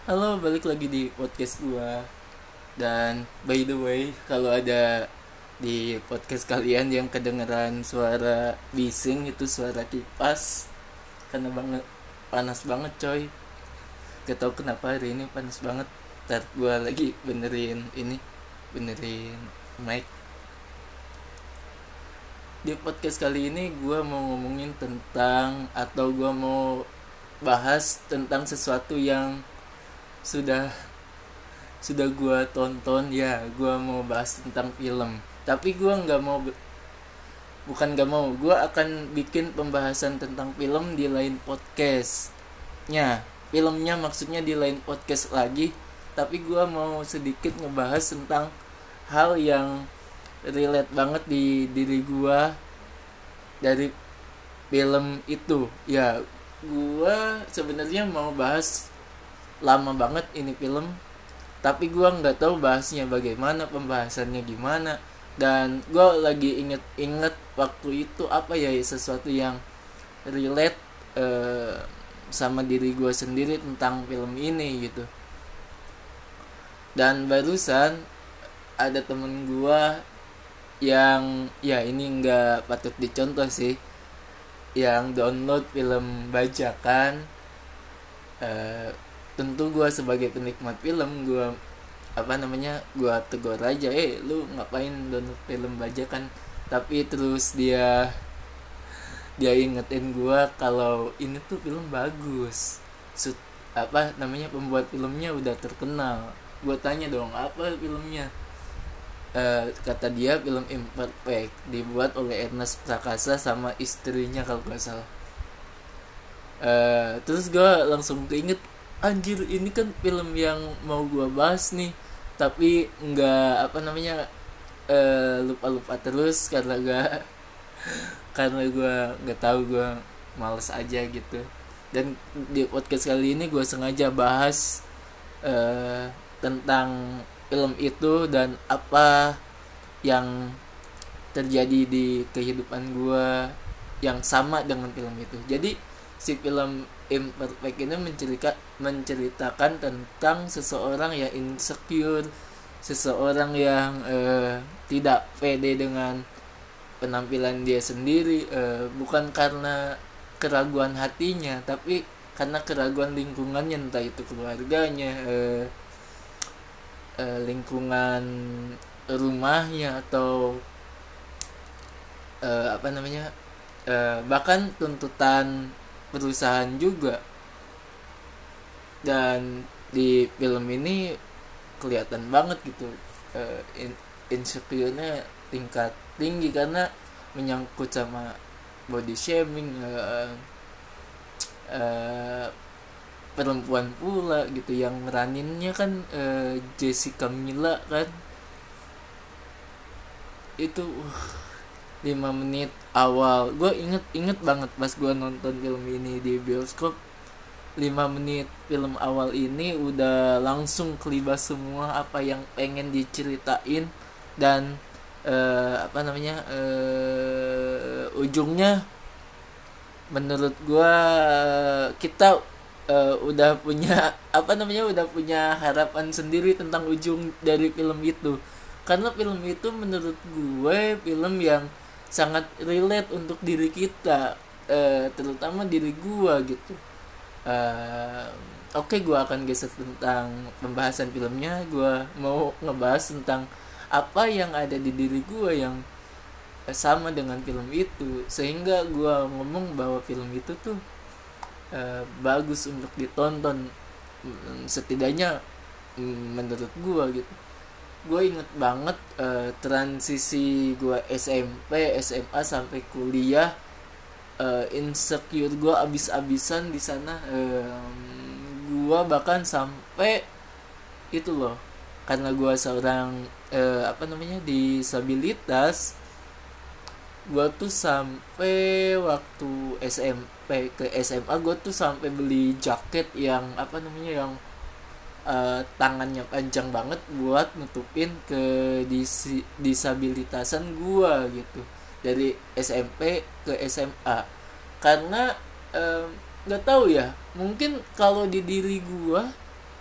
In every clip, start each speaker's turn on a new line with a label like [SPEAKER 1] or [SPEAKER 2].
[SPEAKER 1] Halo, balik lagi di podcast gua. Dan by the way, kalau ada di podcast kalian yang kedengeran suara bising itu suara kipas karena banget panas banget coy. Gak tau kenapa hari ini panas banget. Ntar gua lagi benerin mic. Di podcast kali ini gua mau ngomongin tentang atau gua mau bahas tentang sesuatu yang sudah sudah gue tonton. Ya, gue mau bahas tentang film, tapi gue nggak mau, bukan nggak mau, gue akan bikin pembahasan tentang film di lain podcastnya. Filmnya maksudnya di lain podcast lagi, tapi gue mau sedikit ngebahas tentang hal yang relate banget di diri gue dari film itu. Ya, gue sebenarnya mau bahas lama banget ini film, tapi gue nggak tahu bahasnya bagaimana, pembahasannya gimana. Dan gue lagi inget-inget waktu itu apa ya, sesuatu yang relate eh, sama diri gue sendiri tentang film ini gitu. Dan barusan ada temen gue yang, ya ini nggak patut dicontoh sih, yang download film bajakan. eh, Tentu gue sebagai penikmat film, gue gue tegur aja, lu ngapain download film bajakan. Tapi terus dia dia ingetin gue kalau ini tuh film bagus. Sut, Pembuat filmnya udah terkenal. Gue tanya dong, apa filmnya? Kata dia film Imperfect, dibuat oleh Ernest Prakasa sama istrinya kalau gak salah. Terus gue langsung keinget, anjir ini kan film yang mau gue bahas nih, tapi nggak lupa-lupa terus karena karena gue nggak tahu, gue males aja gitu. Dan di podcast kali ini gue sengaja bahas tentang film itu dan apa yang terjadi di kehidupan gue yang sama dengan film itu. Jadi si film Imperfect ini menceritakan tentang seseorang yang insecure, seseorang yang tidak pede dengan penampilan dia sendiri, bukan karena keraguan hatinya, tapi karena keraguan lingkungannya, entah itu keluarganya, lingkungan rumahnya, atau bahkan tuntutan perusahaan juga. Dan di film ini kelihatan banget gitu, insecure-nya tingkat tinggi karena menyangkut sama body shaming, uh, perempuan pula gitu. Yang meraninnya kan Jessica Mila kan. Itu 5 menit awal gue inget banget pas gue nonton film ini di bioskop. 5 menit film awal ini udah langsung kelibas semua apa yang pengen diceritain. Dan ujungnya menurut gue kita udah punya udah punya harapan sendiri tentang ujung dari film itu. Karena film itu menurut gue film yang sangat relate untuk diri kita, terutama diri gue gitu. uh, Oke, gue akan geser tentang pembahasan filmnya. Gue mau ngebahas tentang apa yang ada di diri gue yang sama dengan film itu, sehingga gue ngomong bahwa film itu tuh bagus untuk ditonton. Setidaknya menurut gue gitu. Gue inget banget transisi gue SMP, SMA sampai kuliah, insecure gue abis-abisan di sana. Gue bahkan sampai itu loh, karena gue seorang disabilitas. Gue tuh sampai waktu SMP ke SMA gue tuh sampai beli jaket yang yang tangannya panjang banget buat nutupin ke disabilitasan gua gitu, dari SMP ke SMA. Karena nggak tahu ya, mungkin kalau di diri gua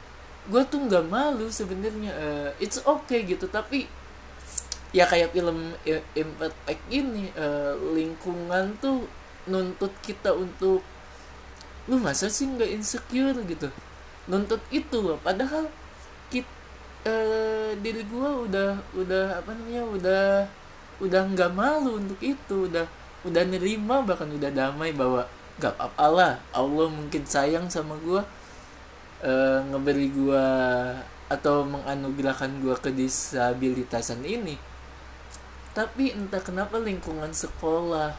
[SPEAKER 1] gue tuh nggak malu sebenarnya, it's okay gitu. Tapi ya kayak film Imperfect ini, lingkungan tuh nuntut kita untuk, lu masa sih nggak insecure gitu, nuntut itu loh. Padahal kita, diri gue udah apa namanya, udah nggak malu untuk itu, udah nerima, bahkan udah damai bahwa gak apa-apa lah, Allah mungkin sayang sama gue, ngeberi gue atau menganugerahkan gue kedisabilitasan ini. Tapi entah kenapa lingkungan sekolah,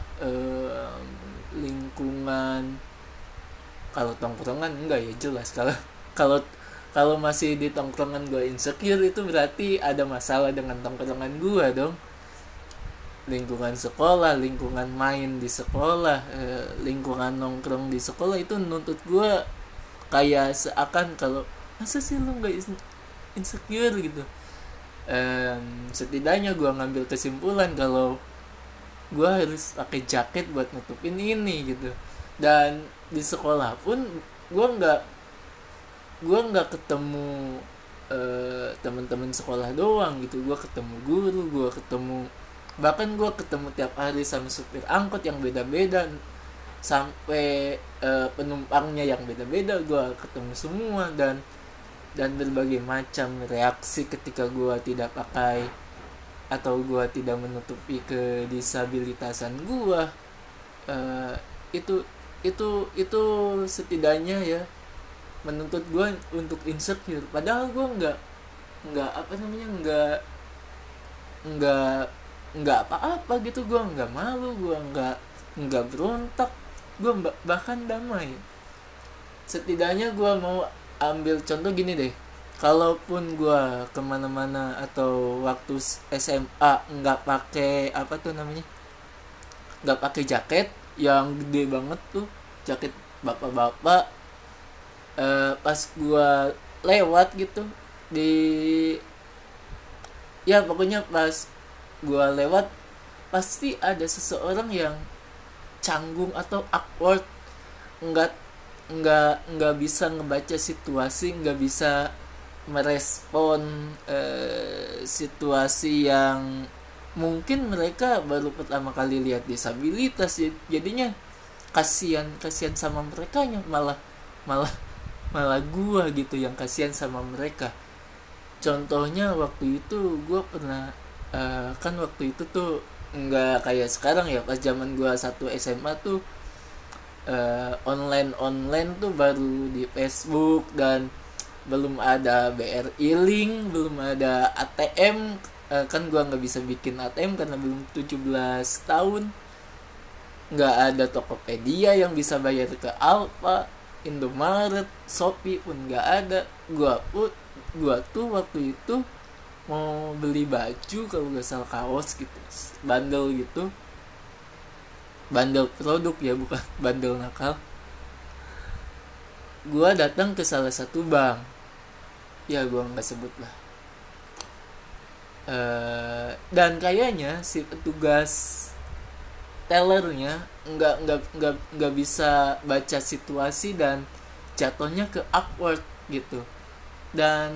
[SPEAKER 1] lingkungan, kalau tongkrongan enggak ya jelas. Kalau kalau masih di tongkrongan gue insecure, itu berarti ada masalah dengan tongkrongan gue dong. Lingkungan sekolah, lingkungan main di sekolah, lingkungan nongkrong di sekolah itu nuntut gue kayak seakan kalau masa sih lu nggak insecure gitu. Setidaknya gue ngambil kesimpulan kalau gue harus pakai jaket buat nutupin ini gitu. Dan di sekolah pun gue nggak ketemu teman-teman sekolah doang gitu. Gue ketemu guru, gue ketemu, bahkan gue ketemu tiap hari sama supir angkot yang beda-beda, sampai penumpangnya yang beda-beda gue ketemu semua. Dan berbagai macam reaksi ketika gue tidak pakai atau gue tidak menutupi kedisabilitasan gue, itu itu setidaknya ya menuntut gue untuk insecure. Padahal gue nggak apa namanya, nggak nggak apa-apa gitu. Gue nggak malu, gue nggak berontak, gue bahkan damai. Setidaknya gue mau ambil contoh gini deh, kalaupun gue kemana-mana atau waktu SMA nggak pakai apa tuh namanya, nggak pakai jaket yang gede banget tuh, jaket bapak-bapak, pas gue lewat gitu di, ya pokoknya pas gue lewat pasti ada seseorang yang canggung atau awkward, nggak nggak bisa ngebaca situasi, nggak bisa merespon situasi yang mungkin mereka baru pertama kali lihat disabilitas. Jadinya kasihan sama mereka, malah malah malah gua gitu yang kasihan sama mereka. Contohnya waktu itu gua pernah, kan waktu itu tuh nggak kayak sekarang ya, pas zaman gua 1 SMA tuh, online tuh baru di Facebook, dan belum ada BRI Link, belum ada ATM. Kan gua nggak bisa bikin ATM karena belum 17 tahun. Nggak ada Tokopedia yang bisa bayar ke Alfa, Indomaret, Shopee pun nggak ada. Gua tuh waktu itu mau beli baju, kalau nggak salah kaos gitu, bandel gitu, bandel produk ya, bukan bandel nakal. Gua datang ke salah satu bank, ya gua nggak sebut lah. Dan kayaknya si petugas tellernya nggak bisa baca situasi, dan jatuhnya ke awkward gitu. Dan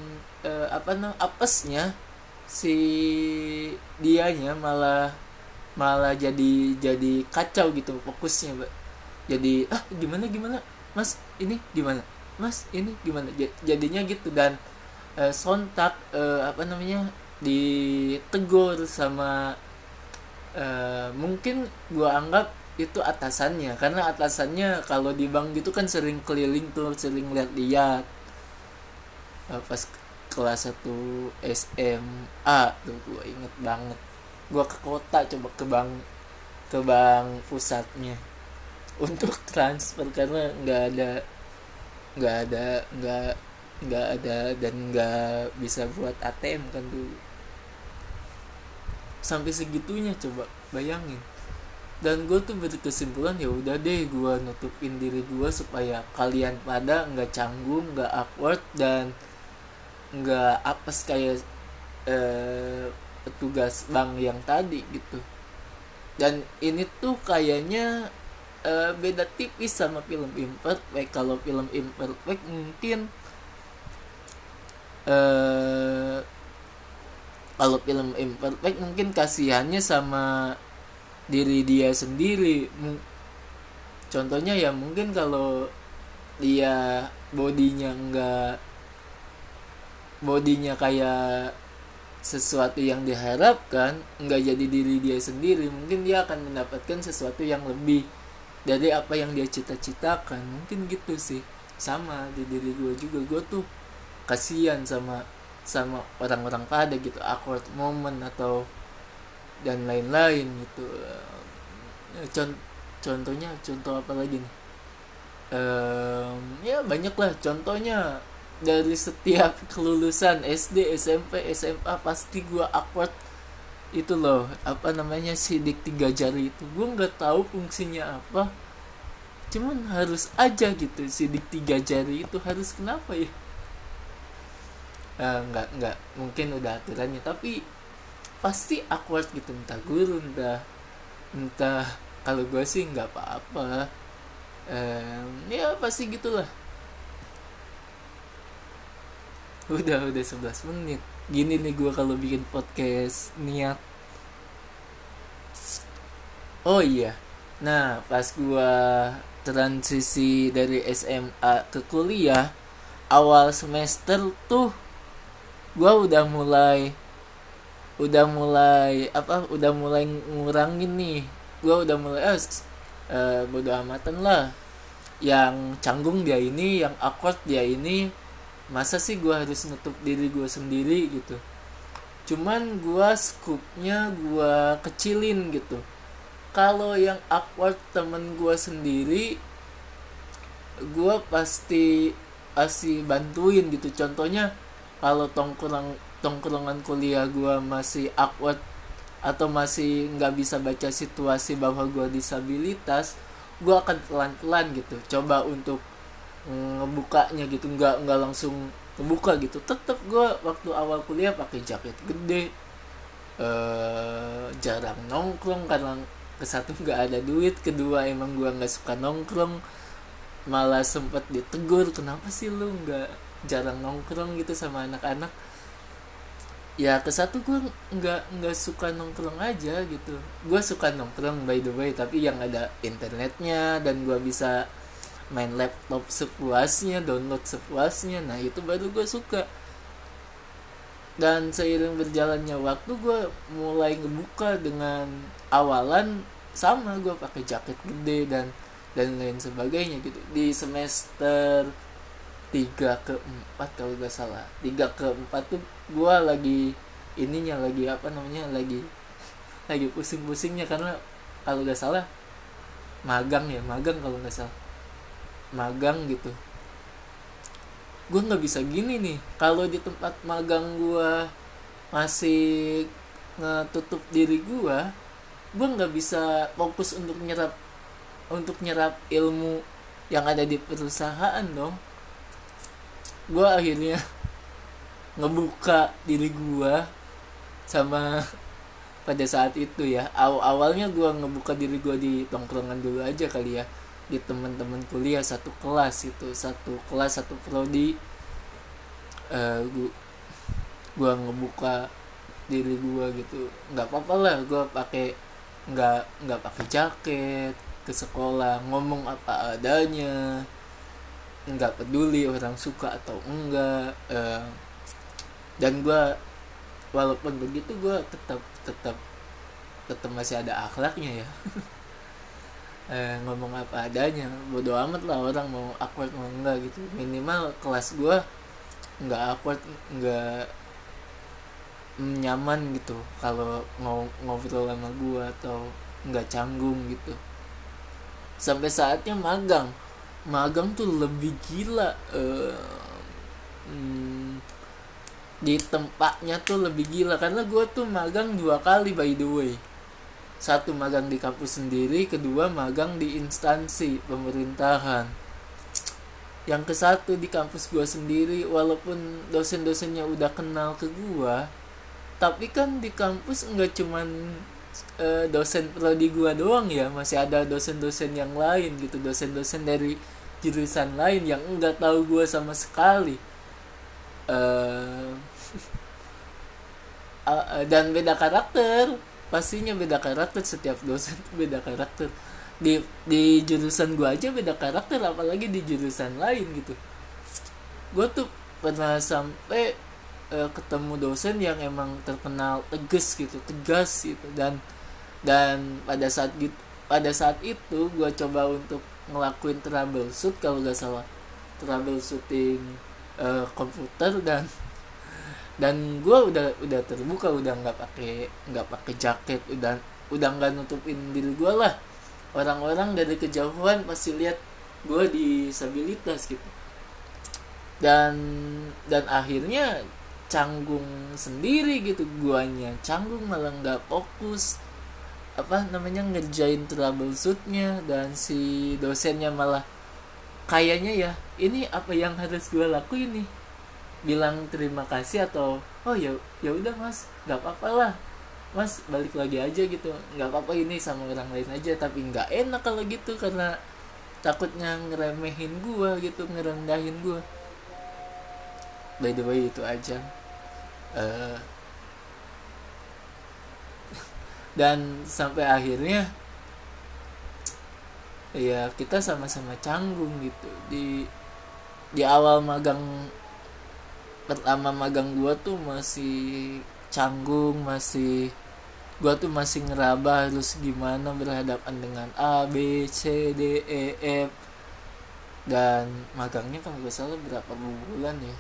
[SPEAKER 1] apesnya si dianya malah jadi kacau gitu fokusnya, Mbak. Jadi gimana mas ini gimana, mas ini gimana, jadinya gitu. Dan sontak ditegur sama, mungkin gua anggap itu atasannya, karena atasannya kalau di bank gitu kan sering keliling tuh, sering lihat-lihat. Pas kelas 1 SMA tuh gua inget banget, gua ke kota, coba ke bank pusatnya untuk transfer, karena nggak ada dan nggak bisa buat ATM kan dulu. Sampai segitunya, coba bayangin. Dan gue tuh berkesimpulan, ya udah deh, gue nutupin diri gue supaya kalian pada nggak canggung, nggak awkward, dan nggak apes kayak petugas bank yang tadi gitu. Dan ini tuh kayaknya beda tipis sama film Imperfect. Kalau film Imperfect mungkin eh kalau film imperfect mungkin kasihannya sama diri dia sendiri. Contohnya ya mungkin kalau dia bodinya kayak sesuatu yang diharapkan, nggak jadi diri dia sendiri, mungkin dia akan mendapatkan sesuatu yang lebih dari apa yang dia cita-citakan. Mungkin gitu sih. Sama di diri gue juga, gue tuh kasihan sama orang-orang pada gitu, awkward moment atau dan lain-lain gitu. Contohnya contoh apa lagi nih? Ya banyak lah contohnya. Dari setiap kelulusan SD, SMP, SMA pasti gue awkward. Itu loh, apa namanya, sidik 3 jari itu, gue nggak tahu fungsinya apa, cuman harus aja gitu. Sidik 3 jari itu harus, kenapa ya? Nggak mungkin udah aturannya, tapi pasti awkward gitu, entah guru, entah kalau gue sih nggak apa-apa. Ya pasti gitulah. Udah 11 menit gini nih gue kalau bikin podcast niat. Oh iya, nah pas gue transisi dari SMA ke kuliah, awal semester tuh gue udah mulai ngurangin nih. Gue udah mulai bodo amatan lah, yang canggung dia ini, yang awkward dia ini, masa sih gue harus nutup diri gue sendiri gitu. Cuman gue skupnya gue kecilin gitu. Kalau yang awkward temen gue sendiri, gue pasti bantuin gitu. Contohnya kalau tongkrongan kuliah gue masih awkward atau masih nggak bisa baca situasi bahwa gue disabilitas, gue akan pelan-pelan gitu coba untuk ngebukanya gitu, nggak langsung ngebuka gitu. Tetap gue waktu awal kuliah pakai jaket gede, jarang nongkrong karena kesatu nggak ada duit, kedua emang gue nggak suka nongkrong. Malah sempet ditegur, kenapa sih lu nggak jarang nongkrong gitu sama anak-anak. Ya kesatu gue nggak suka nongkrong aja gitu. Gue suka nongkrong by the way, tapi yang ada internetnya dan gue bisa main laptop sepuasnya, download sepuasnya, nah itu baru gue suka. Dan seiring berjalannya waktu, gue mulai ngebuka dengan awalan sama gue pakai jaket gede dan lain sebagainya gitu. Di semester 3 ke 4 kalau gak salah, 3 ke 4 tuh gue lagi lagi pusing-pusingnya, karena kalau gak salah magang kalau gak salah magang gitu. Gue nggak bisa gini nih kalau di tempat magang gue masih ngetutup diri gue nggak bisa fokus untuk nyerap ilmu yang ada di perusahaan dong. Gue akhirnya ngebuka diri gue sama pada saat itu ya. Awalnya gue ngebuka diri gue di tongkrongan dulu aja kali ya, di teman-teman kuliah satu kelas satu prodi. Gue ngebuka diri gue gitu, nggak apa-apa lah gue nggak pakai jaket ke sekolah, ngomong apa adanya, nggak peduli orang suka atau enggak. Dan gue walaupun begitu gue tetap masih ada akhlaknya ya. Ngomong apa adanya, bodo amat lah orang mau awkward mau enggak gitu. Minimal kelas gue nggak awkward, nggak nyaman gitu kalau ngobrol sama gue, atau nggak canggung gitu. Sampai saatnya magang tuh lebih gila. Di tempatnya tuh lebih gila, karena gue tuh magang 2 kali by the way. Satu magang di kampus sendiri, kedua magang di instansi pemerintahan. Yang ke-1 di kampus gue sendiri, walaupun dosen-dosennya udah kenal ke gue, tapi kan di kampus nggak cuman dosen prodi gue doang ya, masih ada dosen-dosen yang lain gitu, dosen-dosen dari jurusan lain yang nggak tahu gue sama sekali. eh dan beda karakter, pastinya beda karakter, setiap dosen tuh beda karakter. Di jurusan gua aja beda karakter, apalagi di jurusan lain gitu. Gue tuh pernah sampai ketemu dosen yang emang terkenal tegas gitu, dan pada saat itu gue coba untuk ngelakuin troubleshoot, kalau nggak salah troubleshooting komputer, dan gue udah terbuka, udah nggak pakai jaket, udah nggak nutupin diri gue lah. Orang-orang dari kejauhan pasti lihat gue disabilitas gitu. Dan akhirnya canggung sendiri gitu, guanya canggung, malah nggak fokus ngerjain troubleshootnya, dan si dosennya malah kayaknya ya, ini apa yang harus gue lakuin nih, bilang terima kasih atau oh ya, ya udah mas, nggak apa-apa lah mas, balik lagi aja gitu, nggak apa-apa ini sama orang lain aja. Tapi nggak enak kalau gitu, karena takutnya ngeremehin gue gitu, ngerendahin gue. By the way, itu aja. Eh, dan sampai akhirnya ya kita sama-sama canggung gitu. Di awal pertama magang gua tuh masih canggung, gua tuh masih ngeraba harus gimana berhadapan dengan A B C D E F. Dan magangnya kalau nggak salah berapa bulan ya.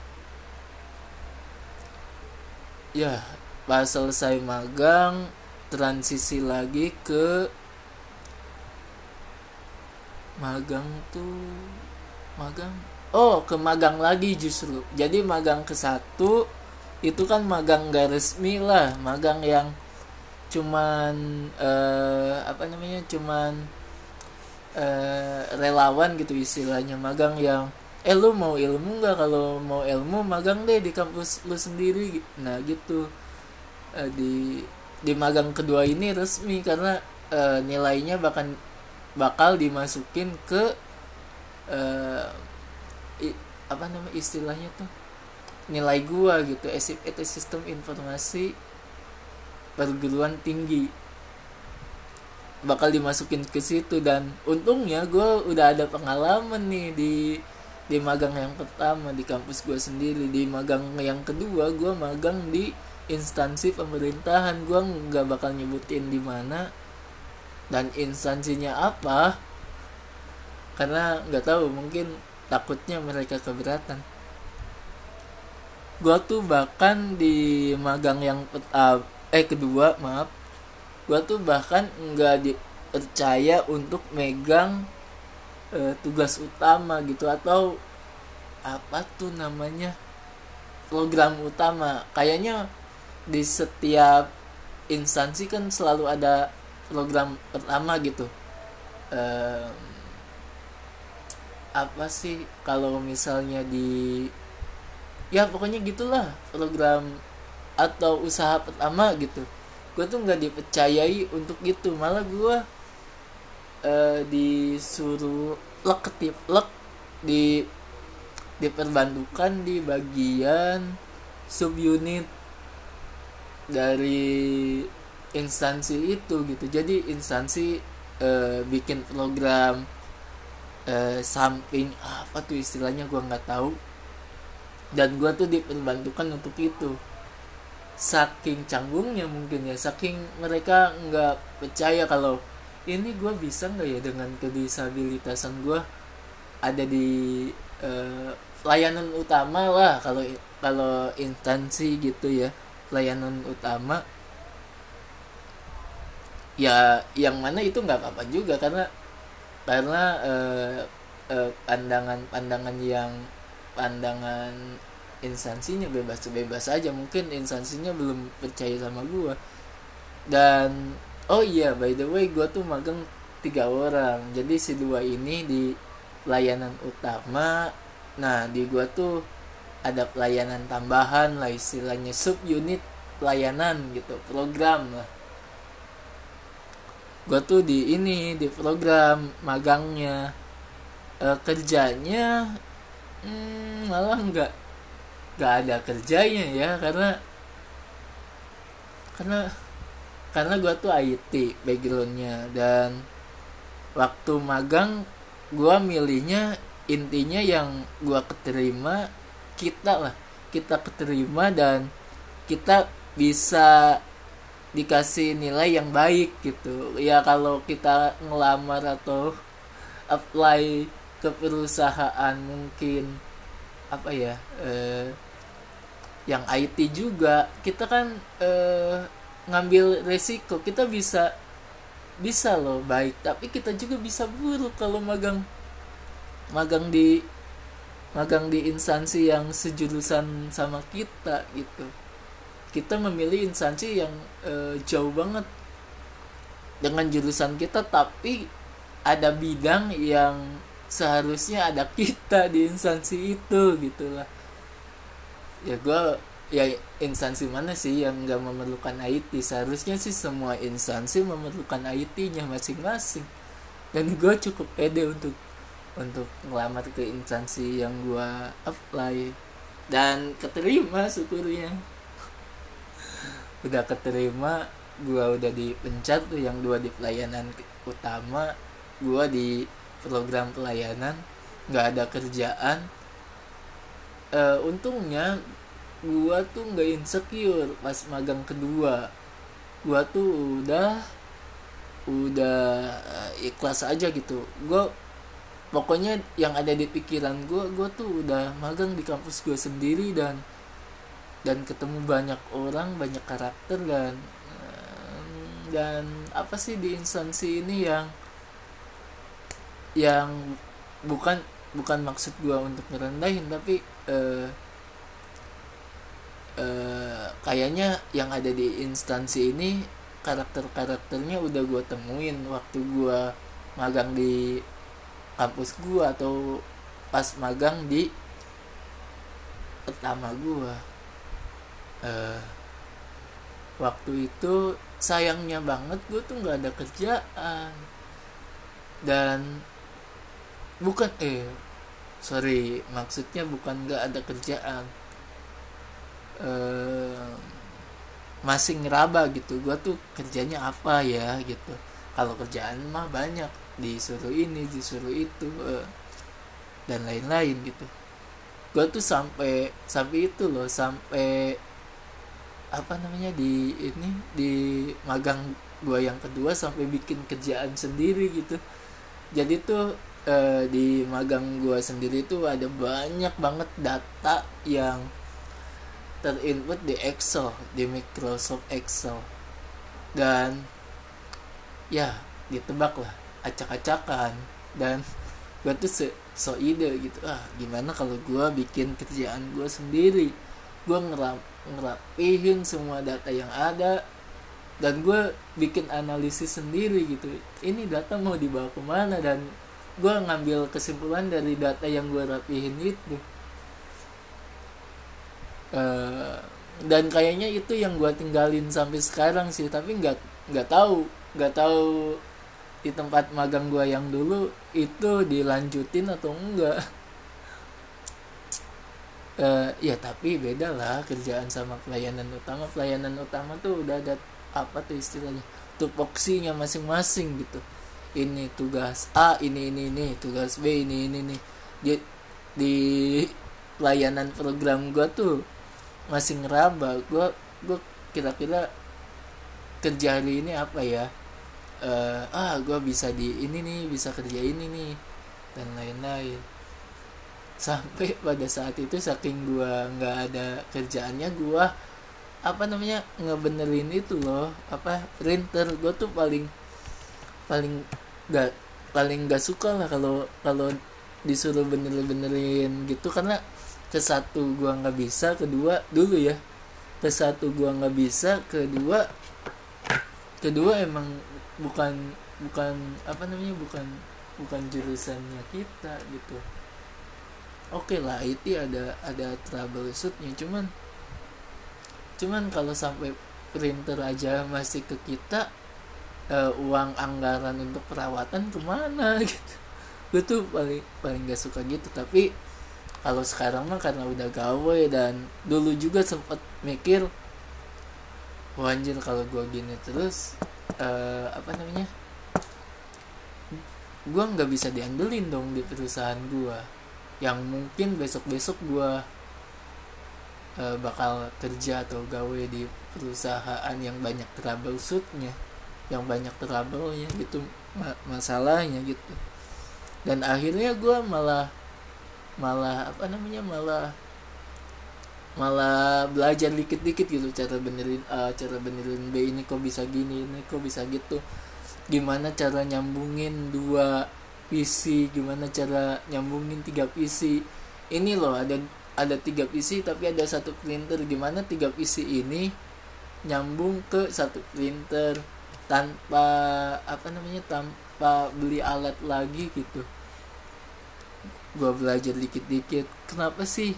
[SPEAKER 1] Ya, pas selesai magang transisi lagi ke magang tuh magang ke magang lagi justru. Jadi magang ke satu itu kan magang gak resmi lah, magang yang cuman cuman relawan gitu istilahnya. Magang yang lu mau ilmu nggak? Kalau mau ilmu magang deh di kampus lu sendiri. Nah gitu. Di magang kedua ini resmi, karena nilainya bakal dimasukin ke eh, istilahnya tuh nilai gua gitu, SIP sistem informasi perguruan tinggi, bakal dimasukin ke situ. Dan untungnya gue udah ada pengalaman nih di magang yang pertama di kampus gue sendiri. Di magang yang kedua gue magang di instansi pemerintahan. Gue nggak bakal nyebutin di mana dan instansinya apa, karena nggak tahu, mungkin takutnya mereka keberatan. Gue tuh bahkan di magang yang kedua, maaf, gue tuh bahkan nggak dipercaya untuk megang tugas utama gitu, atau apa tuh namanya, program utama. Kayaknya di setiap instansi kan selalu ada program pertama gitu. eh, Apa sih kalau misalnya ya pokoknya gitulah, program atau usaha pertama gitu. Gue tuh nggak dipercayai untuk gitu, malah gue disuruh lek di diperbantukan di bagian subunit dari instansi itu gitu. Jadi instansi bikin program samping, apa tuh istilahnya gue nggak tahu, dan gue tuh diperbantukan untuk itu. Saking canggungnya mungkin ya, saking mereka nggak percaya kalau ini gue bisa nggak ya dengan kedisabilitasan gue ada di layanan utama lah, kalau instansi gitu ya, layanan utama ya, yang mana itu nggak apa-apa juga, karena pandangan instansinya bebas aja. Mungkin instansinya belum percaya sama gue. Dan oh iya, by the way, gue tuh magang 3 orang. Jadi si 2 ini di pelayanan utama. Nah di gue tuh ada pelayanan tambahan lah, istilahnya subunit pelayanan gitu, program lah. Gue tuh di program magangnya. Kerjanya malah gak ada kerjanya ya, karena karena gue tuh IT backgroundnya. Dan waktu magang gue milihnya intinya yang gue keterima, kita keterima dan kita bisa dikasih nilai yang baik gitu ya. Kalau kita ngelamar atau apply ke perusahaan mungkin apa ya, yang IT juga, kita kan ngambil resiko. Kita bisa loh baik, tapi kita juga bisa buruk kalau magang di instansi yang sejurusan sama kita gitu. Kita memilih instansi yang jauh banget dengan jurusan kita, tapi ada bidang yang seharusnya ada kita di instansi itu gitulah. Ya gue, ya instansi mana sih yang gak memerlukan IT? Seharusnya sih semua instansi memerlukan IT-nya masing-masing. Dan gue cukup pede untuk ngelamar ke instansi yang gue apply dan keterima, syukurnya. Udah keterima, gue udah dipencet tuh, yang 2 di pelayanan utama, gue di program pelayanan, nggak ada kerjaan. Untungnya gue tuh nggak insecure pas magang kedua. Gue tuh udah ikhlas aja gitu. Gue pokoknya yang ada di pikiran gue tuh udah magang di kampus gue sendiri, dan ketemu banyak orang, banyak karakter, dan apa sih di instansi ini yang bukan maksud gue untuk ngerendahin, tapi kayaknya yang ada di instansi ini karakternya udah gue temuin waktu gue magang di kampus gue atau pas magang di pertama gue. Waktu itu sayangnya banget gue tuh nggak ada kerjaan, dan maksudnya bukan nggak ada kerjaan, masih ngeraba gitu. Gue tuh kerjanya apa ya gitu. Kalau kerjaan mah banyak, disuruh ini disuruh itu, dan lain-lain gitu. Gue tuh sampai itu loh, sampai apa namanya, di magang gue yang kedua sampai bikin kerjaan sendiri gitu. Jadi tuh di magang gue sendiri tuh ada banyak banget data yang terinput di Excel, di Microsoft Excel, dan ya ditebak lah, acak-acakan. Dan gue tuh so ide gitu, gimana kalau gue bikin kerjaan gue sendiri. Gue ngerapihin semua data yang ada, dan gue bikin analisis sendiri gitu. Ini data mau dibawa kemana, dan gue ngambil kesimpulan dari data yang gue rapihin itu. Dan kayaknya itu yang gue tinggalin sampai sekarang sih. Tapi nggak tahu di tempat magang gue yang dulu itu dilanjutin atau enggak. Ya tapi beda lah kerjaan sama pelayanan utama. Pelayanan utama tuh udah ada apa tuh istilahnya, tupoksinya masing-masing gitu. Ini tugas A, ini tugas B, ini nih. Di pelayanan program gue tuh masih ngeraba. Gue kira-kira kerja hari ini apa ya, gue bisa di ini nih, bisa kerja ini nih, dan lain-lain. Sampai pada saat itu saking gue nggak ada kerjaannya, gue ngebenerin itu loh, printer. Gue tuh paling gak suka lah kalau disuruh benerin gitu, karena satu gue nggak bisa, kedua emang bukan jurusannya kita gitu. Oke lah, IT ada troubleshootnya, cuman kalau sampai printer aja masih ke kita, uang anggaran untuk perawatan kemana gitu. Gue tuh paling gak suka gitu. Tapi Kalau sekarang mah karena udah gawe, dan dulu juga sempet mikir, wah anjir kalau gue gini terus apa namanya, gue nggak bisa diandelin dong di perusahaan gue, yang mungkin besok besok gue bakal kerja atau gawe di perusahaan yang banyak troubleshootnya, yang banyak trouble-nya gitu, masalahnya gitu. Dan akhirnya gue malah malah apa namanya malah malah belajar dikit-dikit gitu, cara benerin A, cara benerin B, ini kok bisa gini, ini kok bisa gitu, gimana cara nyambungin dua PC, gimana cara nyambungin tiga PC. Ini loh, ada tiga PC tapi ada satu printer, gimana tiga PC ini nyambung ke satu printer tanpa apa namanya, tanpa beli alat lagi gitu. Gua belajar dikit-dikit, kenapa sih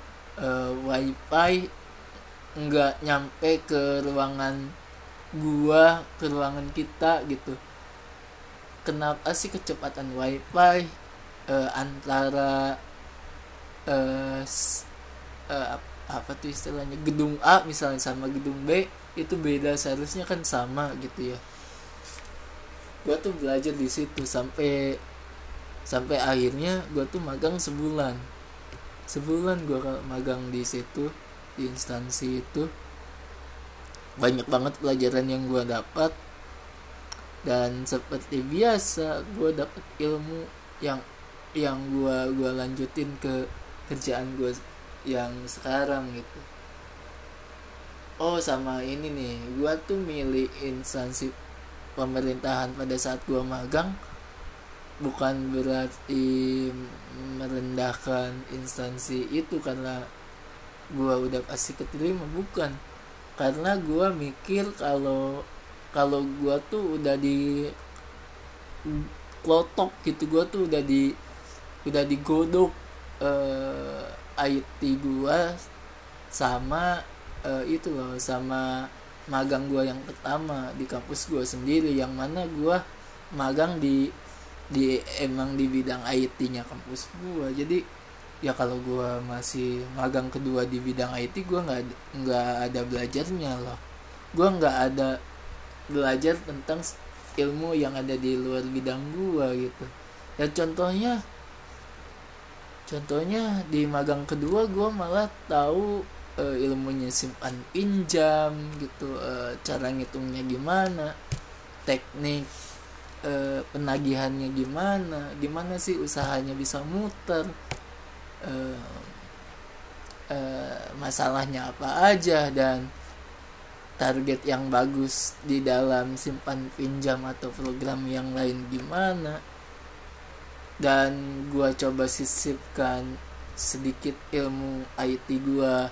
[SPEAKER 1] wifi nggak nyampe ke ruangan gua, ke ruangan kita gitu. Kenapa sih kecepatan wifi antara eh, s- apa tuh istilahnya, gedung A misalnya sama gedung B itu beda, seharusnya kan sama gitu ya. Gua tuh belajar di situ sampai sampai akhirnya gua tuh magang sebulan gua magang di situ, di instansi itu. Banyak banget pelajaran yang gua dapat, dan seperti biasa gue dapet ilmu yang gue lanjutin ke kerjaan gue yang sekarang gitu. Oh sama ini nih, gue tuh milih instansi pemerintahan pada saat gue magang bukan berarti merendahkan instansi itu karena gue udah pasti keterima, bukan. Karena gue mikir kalau kalau gue tuh udah di klotok gitu, gue tuh udah digodok IT gue sama itu loh, sama magang gue yang pertama di kampus gue sendiri, yang mana gue magang di emang di bidang IT-nya kampus gue. Jadi ya kalau gue masih magang kedua di bidang IT, gue nggak ada belajarnya loh, gue nggak ada belajar tentang ilmu yang ada di luar bidang gua gitu. Ya contohnya di magang kedua gua malah tahu ilmunya simpan pinjam gitu, cara ngitungnya gimana, teknik penagihannya gimana sih usahanya bisa muter, eh, masalahnya apa aja, dan target yang bagus di dalam simpan pinjam atau program yang lain gimana. Dan gua coba sisipkan sedikit ilmu IT gua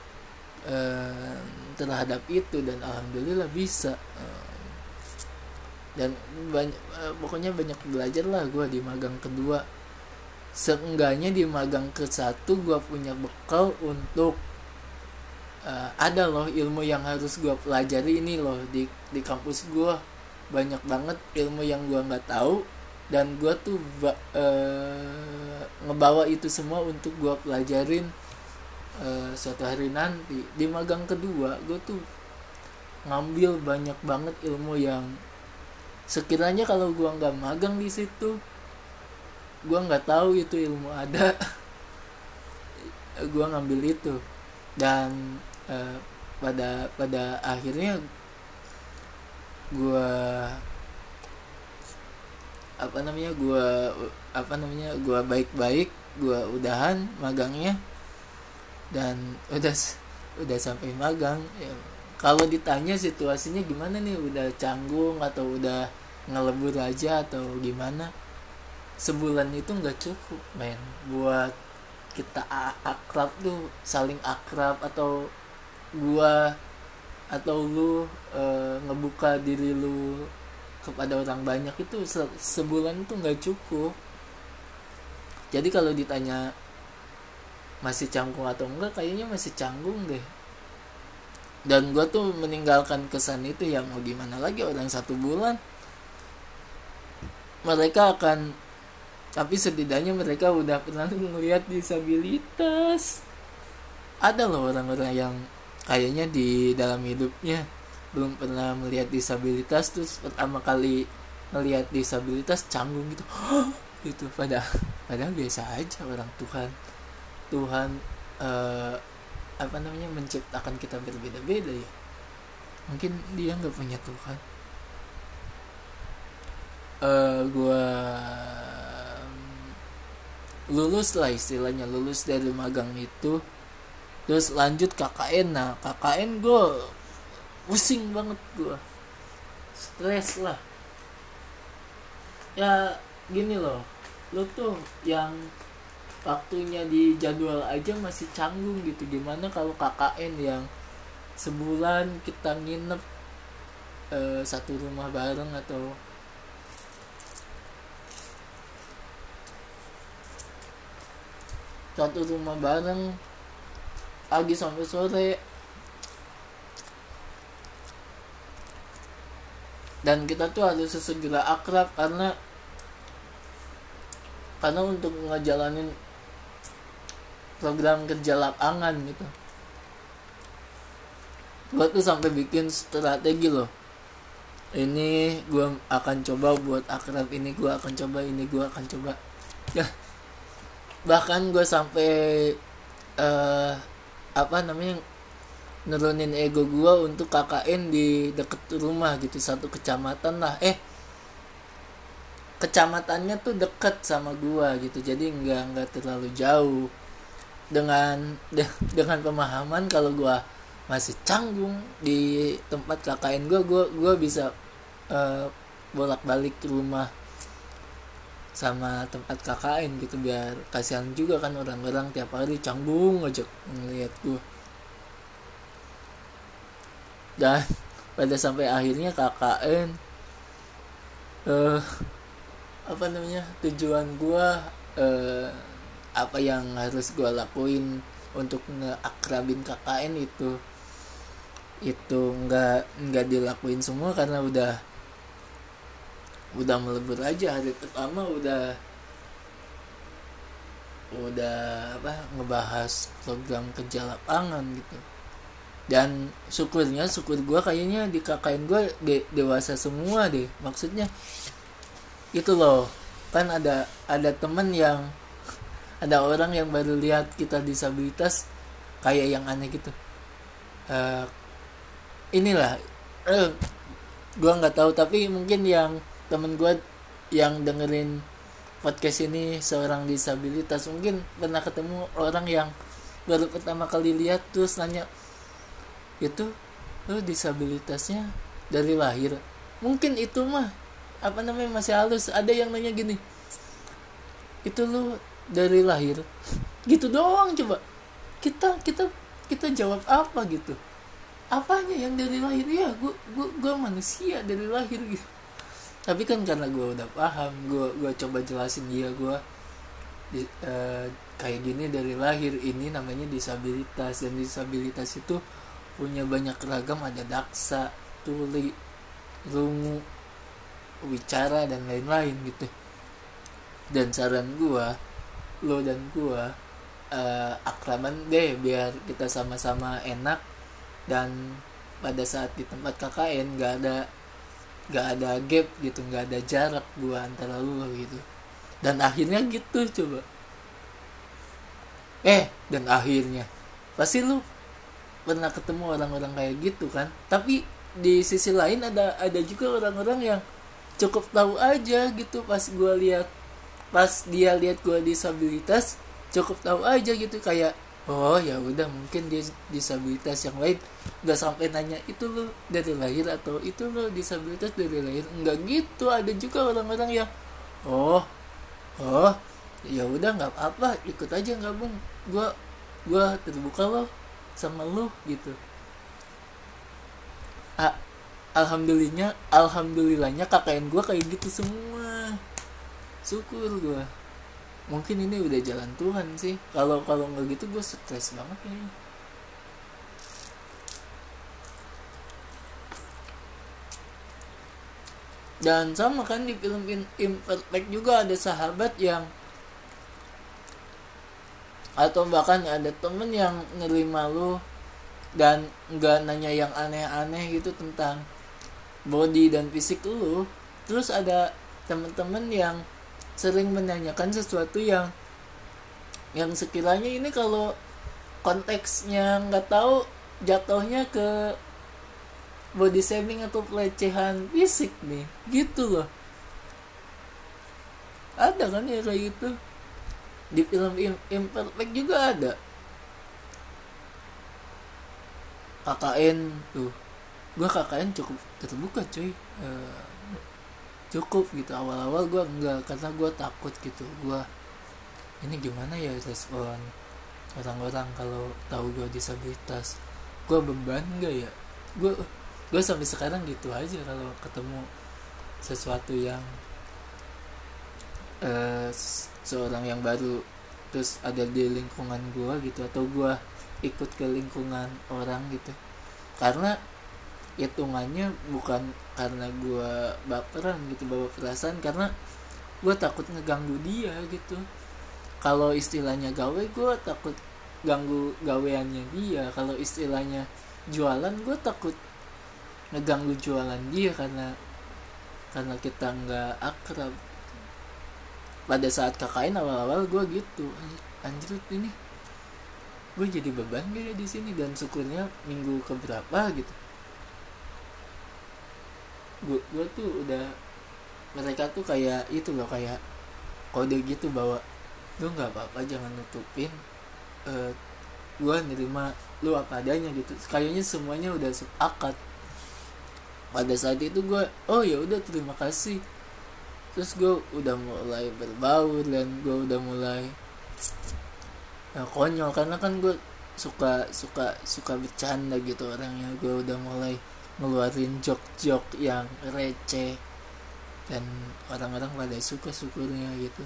[SPEAKER 1] terhadap itu, dan alhamdulillah bisa. Dan pokoknya banyak belajar lah gua di magang kedua. Seenggaknya di magang ke satu gua punya bekal untuk ada loh ilmu yang harus gue pelajari ini loh di kampus gue, banyak banget ilmu yang gue nggak tahu, dan gue tuh ngebawa itu semua untuk gue pelajarin suatu hari nanti. Di magang kedua gue tuh ngambil banyak banget ilmu yang sekiranya kalau gue nggak magang di situ gue nggak tahu itu ilmu ada. Gue ngambil itu, dan pada akhirnya gue gue baik-baik, gue udahan magangnya, dan udah sampai magang ya. Kalau ditanya situasinya gimana nih, udah canggung atau udah ngelebur aja atau gimana, sebulan itu nggak cukup men buat kita akrab tuh, saling akrab, atau gua atau lu ngebuka diri lu kepada orang banyak, itu sebulan itu nggak cukup. Jadi kalau ditanya masih canggung atau enggak, kayaknya masih canggung deh. Dan gua tuh meninggalkan kesan itu, ya mau gimana lagi, orang 1 bulan mereka akan tapi setidaknya mereka udah pernah melihat disabilitas. Ada loh orang-orang yang kayaknya di dalam hidupnya belum pernah melihat disabilitas, terus pertama kali melihat disabilitas canggung gitu. Gitu, padahal biasa aja orang. Tuhan eh, menciptakan kita berbeda-beda ya. Mungkin dia nggak punya Tuhan. Gua lulus lah, istilahnya lulus dari magang itu, terus lanjut KKN. Nah KKN gue pusing banget, gue stres lah. Ya gini loh, lu tuh yang waktunya di jadwal aja masih canggung gitu, gimana kalau KKN yang sebulan kita nginep satu rumah bareng atau satu rumah bareng pagi sampai sore, dan kita tuh harus sesegera akrab karena untuk ngejalanin program kerja lapangan gitu. Gue tuh sampai bikin strategi loh, ini gue akan coba buat akrab, ini gue akan coba, ini gue akan coba ya. Bahkan gue sampai nurunin ego gue untuk KKN di deket rumah gitu, satu kecamatan lah. Kecamatannya tuh deket sama gue gitu, jadi nggak terlalu jauh. Dengan pemahaman kalau gue masih canggung di tempat KKN gue bisa bolak-balik ke rumah sama tempat KKN gitu, biar kasihan juga kan orang-orang tiap hari canggung aja ngeliat gue. Dan pada sampai akhirnya KKN tujuan gue, apa yang harus gue lakuin untuk ngeakrabin KKN itu nggak dilakuin semua karena udah melebur aja. Hari pertama udah ngebahas program kerja lapangan gitu. Dan syukur gue kayaknya di KKN gue dewasa semua deh. Maksudnya itu loh, kan ada temen yang ada orang yang baru lihat kita disabilitas kayak yang aneh gitu. Inilah gue nggak tahu, tapi mungkin yang temen gue yang dengerin podcast ini seorang disabilitas, mungkin pernah ketemu orang yang baru pertama kali lihat terus nanya, itu lu disabilitasnya dari lahir? Mungkin itu mah masih halus. Ada yang nanya gini, itu lu dari lahir? Gitu doang. Coba kita jawab apa gitu? Apanya yang dari lahir? Ya gue manusia dari lahir gitu. Tapi kan karena gue udah paham, gue coba jelasin dia, gue kayak gini dari lahir, ini namanya disabilitas. Dan disabilitas itu punya banyak ragam, ada daksa, tuli, lungu, wicara, dan lain-lain gitu. Dan saran gue, lo dan gue akraban deh, biar kita sama-sama enak. Dan pada saat di tempat KKN gak ada gap gitu, gak ada jarak gue antara lo gitu. Dan akhirnya gitu coba. Dan akhirnya pasti lu pernah ketemu orang-orang kayak gitu kan. Tapi di sisi lain ada juga orang-orang yang cukup tahu aja gitu. Pas dia lihat gue disabilitas, cukup tahu aja gitu, kayak oh ya udah, mungkin dia disabilitas yang lain. Nggak sampai nanya itu lo dari lahir atau itu lo disabilitas dari lahir, nggak gitu. Ada juga orang-orang yang oh ya udah, nggak apa-apa, ikut aja gabung, gue terbuka loh sama lo gitu. Alhamdulillahnya KKN gue kayak gitu semua. Syukur gue. Mungkin ini udah jalan Tuhan sih. Kalau nggak gitu gue stres banget kayaknya. Dan sama kan di film Imperfect juga ada sahabat yang, atau bahkan ada temen yang nerima lu dan nggak nanya yang aneh-aneh gitu tentang body dan fisik lu. Terus ada temen-temen yang sering menanyakan sesuatu yang sekiranya ini kalau konteksnya nggak tahu, jatuhnya ke body shaming atau pelecehan fisik nih gitu loh. Ada kan ya kayak gitu di film Imperfect juga ada. KKN tuh, gue KKN cukup terbuka cuy. Cukup gitu. Awal-awal gue enggak, karena gue takut gitu. Gue ini gimana ya respon orang-orang kalau tahu gue disabilitas. Gue beban gak ya? Gue sampai sekarang gitu aja kalau ketemu sesuatu yang seorang yang baru terus ada di lingkungan gue gitu, atau gue ikut ke lingkungan orang gitu. Karena hitungannya bukan karena gue baperan gitu, bawa perasaan, karena gue takut ngeganggu dia gitu. Kalau istilahnya gawe, gue takut ganggu gaweannya dia. Kalau istilahnya jualan, gue takut ngeganggu jualan dia karena kita nggak akrab. Pada saat KKN awal-awal gue gitu, anjir ini gue jadi beban gak ya di sini. Dan syukurnya minggu keberapa gitu gue tuh udah, mereka tuh kayak itu loh, kayak kode gitu bahwa lu nggak apa-apa, jangan nutupin, gue nerima lu apa adanya gitu. Kayaknya semuanya udah sepakat. Pada saat itu gue, oh ya udah terima kasih. Terus gue udah mulai berbaur dan gue udah mulai konyol, karena kan gue suka bercanda gitu orangnya. Gue udah mulai ngeluarin jok-jok yang receh dan orang-orang pada suka, syukurnya gitu.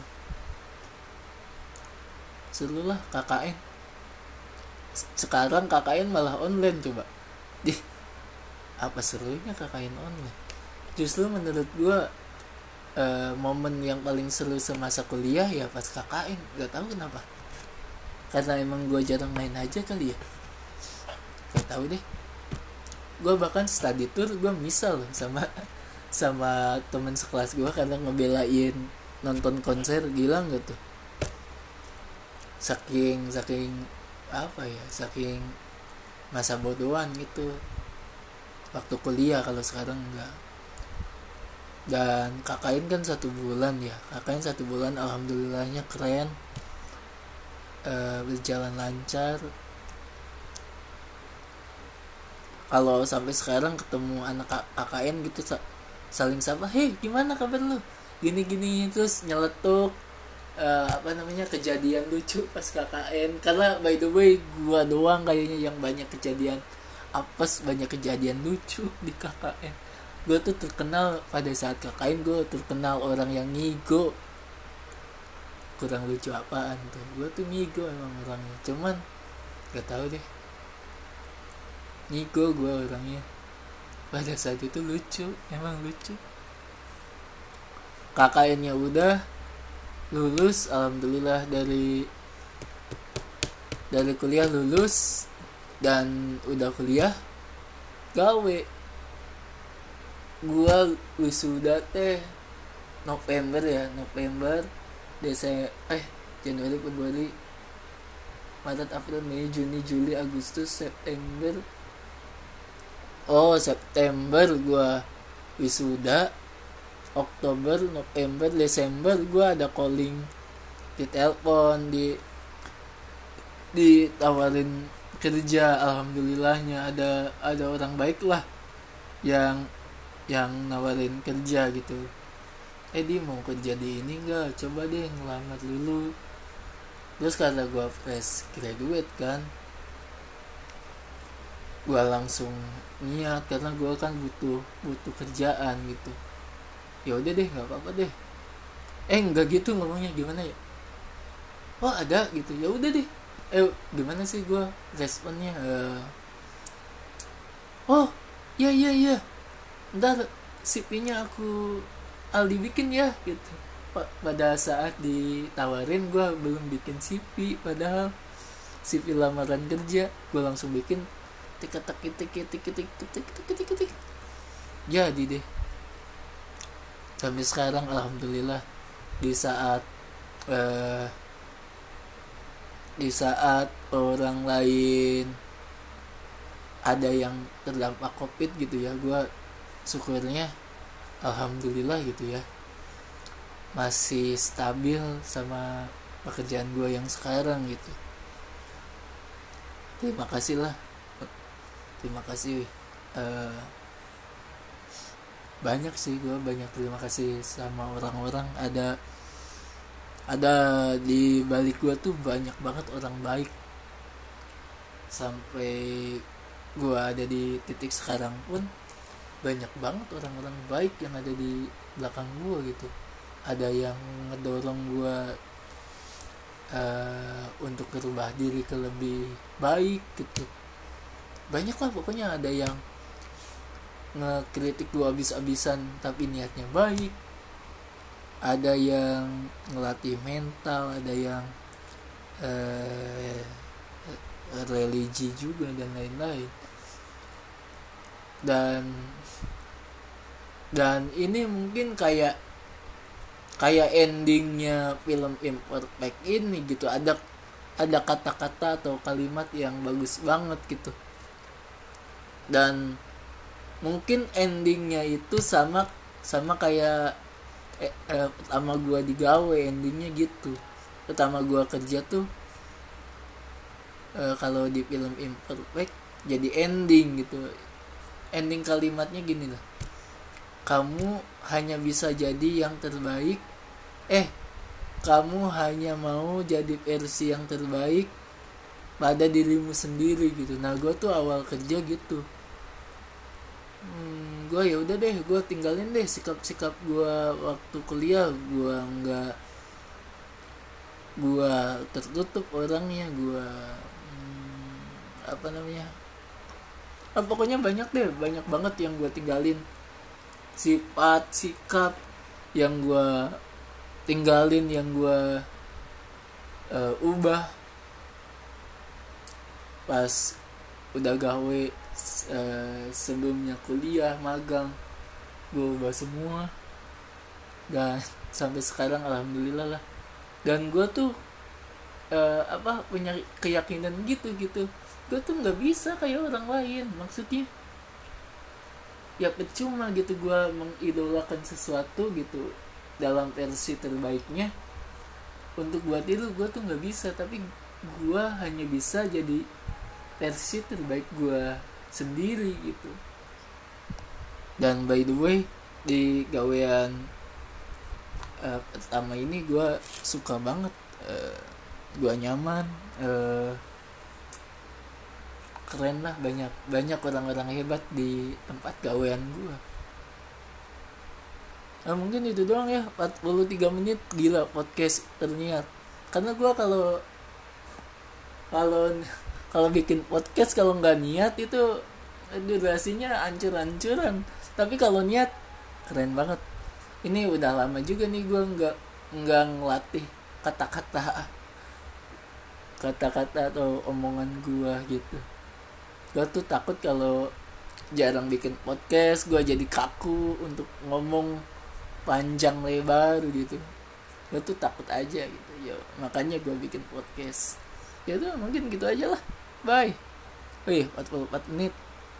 [SPEAKER 1] Seru lah KKN. Sekarang KKN malah online coba. Apa serunya KKN online? Justru menurut gue momen yang paling seru semasa kuliah ya pas KKN. Gak tahu kenapa, karena emang gue jarang main aja kali ya, gak tahu deh. Gue bahkan study tour gue misal sama teman sekelas gue karena ngebelain nonton konser. Gila gak tuh, saking apa ya, saking masa bodohan gitu waktu kuliah. Kalau sekarang enggak. Dan KKN kan 1 bulan ya, KKN 1 bulan alhamdulillahnya keren, berjalan lancar. Kalau sampai sekarang ketemu anak KKN gitu saling sapa, hei gimana kabar lu, gini terus nyeletuk kejadian lucu pas KKN. Karena by the way gua doang kayaknya yang banyak kejadian apes, banyak kejadian lucu di KKN. Gue tuh terkenal pada saat KKN, gue terkenal orang yang ngigo. Kurang lucu apaan tuh, gue tuh ngigo emang orangnya, cuman gak tahu deh, ngigo gue orangnya. Pada saat itu lucu, emang lucu. KKN-nya udah lulus, alhamdulillah dari kuliah lulus dan udah kuliah gawe. Gua wisuda teh November, Januari, Februari, Maret, April, Mei, Juni, Juli, Agustus, September. September gua wisuda. Oktober, November, Desember gua ada calling, ditelepon, ditawarin kerja. Alhamdulillahnya ada orang baik lah yang nawarin kerja gitu. Dia mau kerja di ini enggak, coba deh ngelamar dulu. Terus karena gue fresh graduate kan, gue langsung niat karena gue kan butuh kerjaan gitu. Ya udah deh, nggak apa-apa deh. Enggak gitu ngomongnya, gimana ya, ada gitu, ya udah deh. Gimana sih gue responnya, iya, ntar CV-nya aku Aldi bikin ya gitu. Pada saat ditawarin gue belum bikin CV, padahal CV lamaran kerja gue langsung bikin, tik tik tik tik tik tik tik tik tik, jadi deh. Sampai sekarang alhamdulillah, di saat eh, di saat orang lain ada yang terdampak covid gitu ya, gue syukurnya alhamdulillah gitu ya, masih stabil sama pekerjaan gue yang sekarang gitu. Terima kasih lah, terima kasih. uh, Banyak sih, gue banyak terima kasih sama orang-orang. Ada di balik gue tuh banyak banget orang baik, sampai gue ada di titik sekarang pun banyak banget orang-orang baik yang ada di belakang gue gitu. Ada yang ngedorong gue untuk berubah diri ke lebih baik gitu. Banyak lah pokoknya, ada yang ngekritik gue abis-abisan tapi niatnya baik, ada yang ngelatih mental, ada yang religi juga dan lain-lain. Dan ini mungkin kayak endingnya film Imperfect ini gitu, ada kata-kata atau kalimat yang bagus banget gitu. Dan mungkin endingnya itu sama kayak pertama gue digawe, endingnya gitu. Pertama gue kerja tuh kalau di film Imperfect jadi ending gitu. Ending kalimatnya gini lah, kamu hanya bisa jadi yang terbaik, kamu hanya mau jadi versi yang terbaik pada dirimu sendiri gitu. Nah gue tuh awal kerja gitu, gue ya udah deh, gue tinggalin deh sikap gue waktu kuliah. Gue tertutup orangnya, gue pokoknya banyak banget yang gue tinggalin, sifat sikap yang gue tinggalin, yang gue ubah pas udah gawe. Sebelumnya kuliah magang gue ubah semua, dan sampai sekarang alhamdulillah lah. Dan gue tuh punya keyakinan gitu, gue tuh nggak bisa kayak orang lain. Maksudnya ya percuma gitu gue mengidolakan sesuatu gitu dalam versi terbaiknya untuk buat itu. Gue tuh nggak bisa, tapi gue hanya bisa jadi versi terbaik gue sendiri gitu. Dan by the way, di gawean pertama ini gue suka banget, gue nyaman, keren lah. Banyak orang-orang hebat di tempat gawean gue. Mungkin itu doang ya, 43 menit. Gila podcast ternyata. Karena gue kalau bikin podcast, kalau nggak niat itu durasinya ancur-ancuran. Tapi kalau niat keren banget. Ini udah lama juga nih gue nggak ngelatih kata-kata atau omongan gue gitu. Gue tuh takut kalau jarang bikin podcast gue jadi kaku untuk ngomong panjang lebar gitu. Gue tuh takut aja gitu ya, makanya gue bikin podcast. Ya tuh mungkin gitu aja lah. Bye. 44 menit.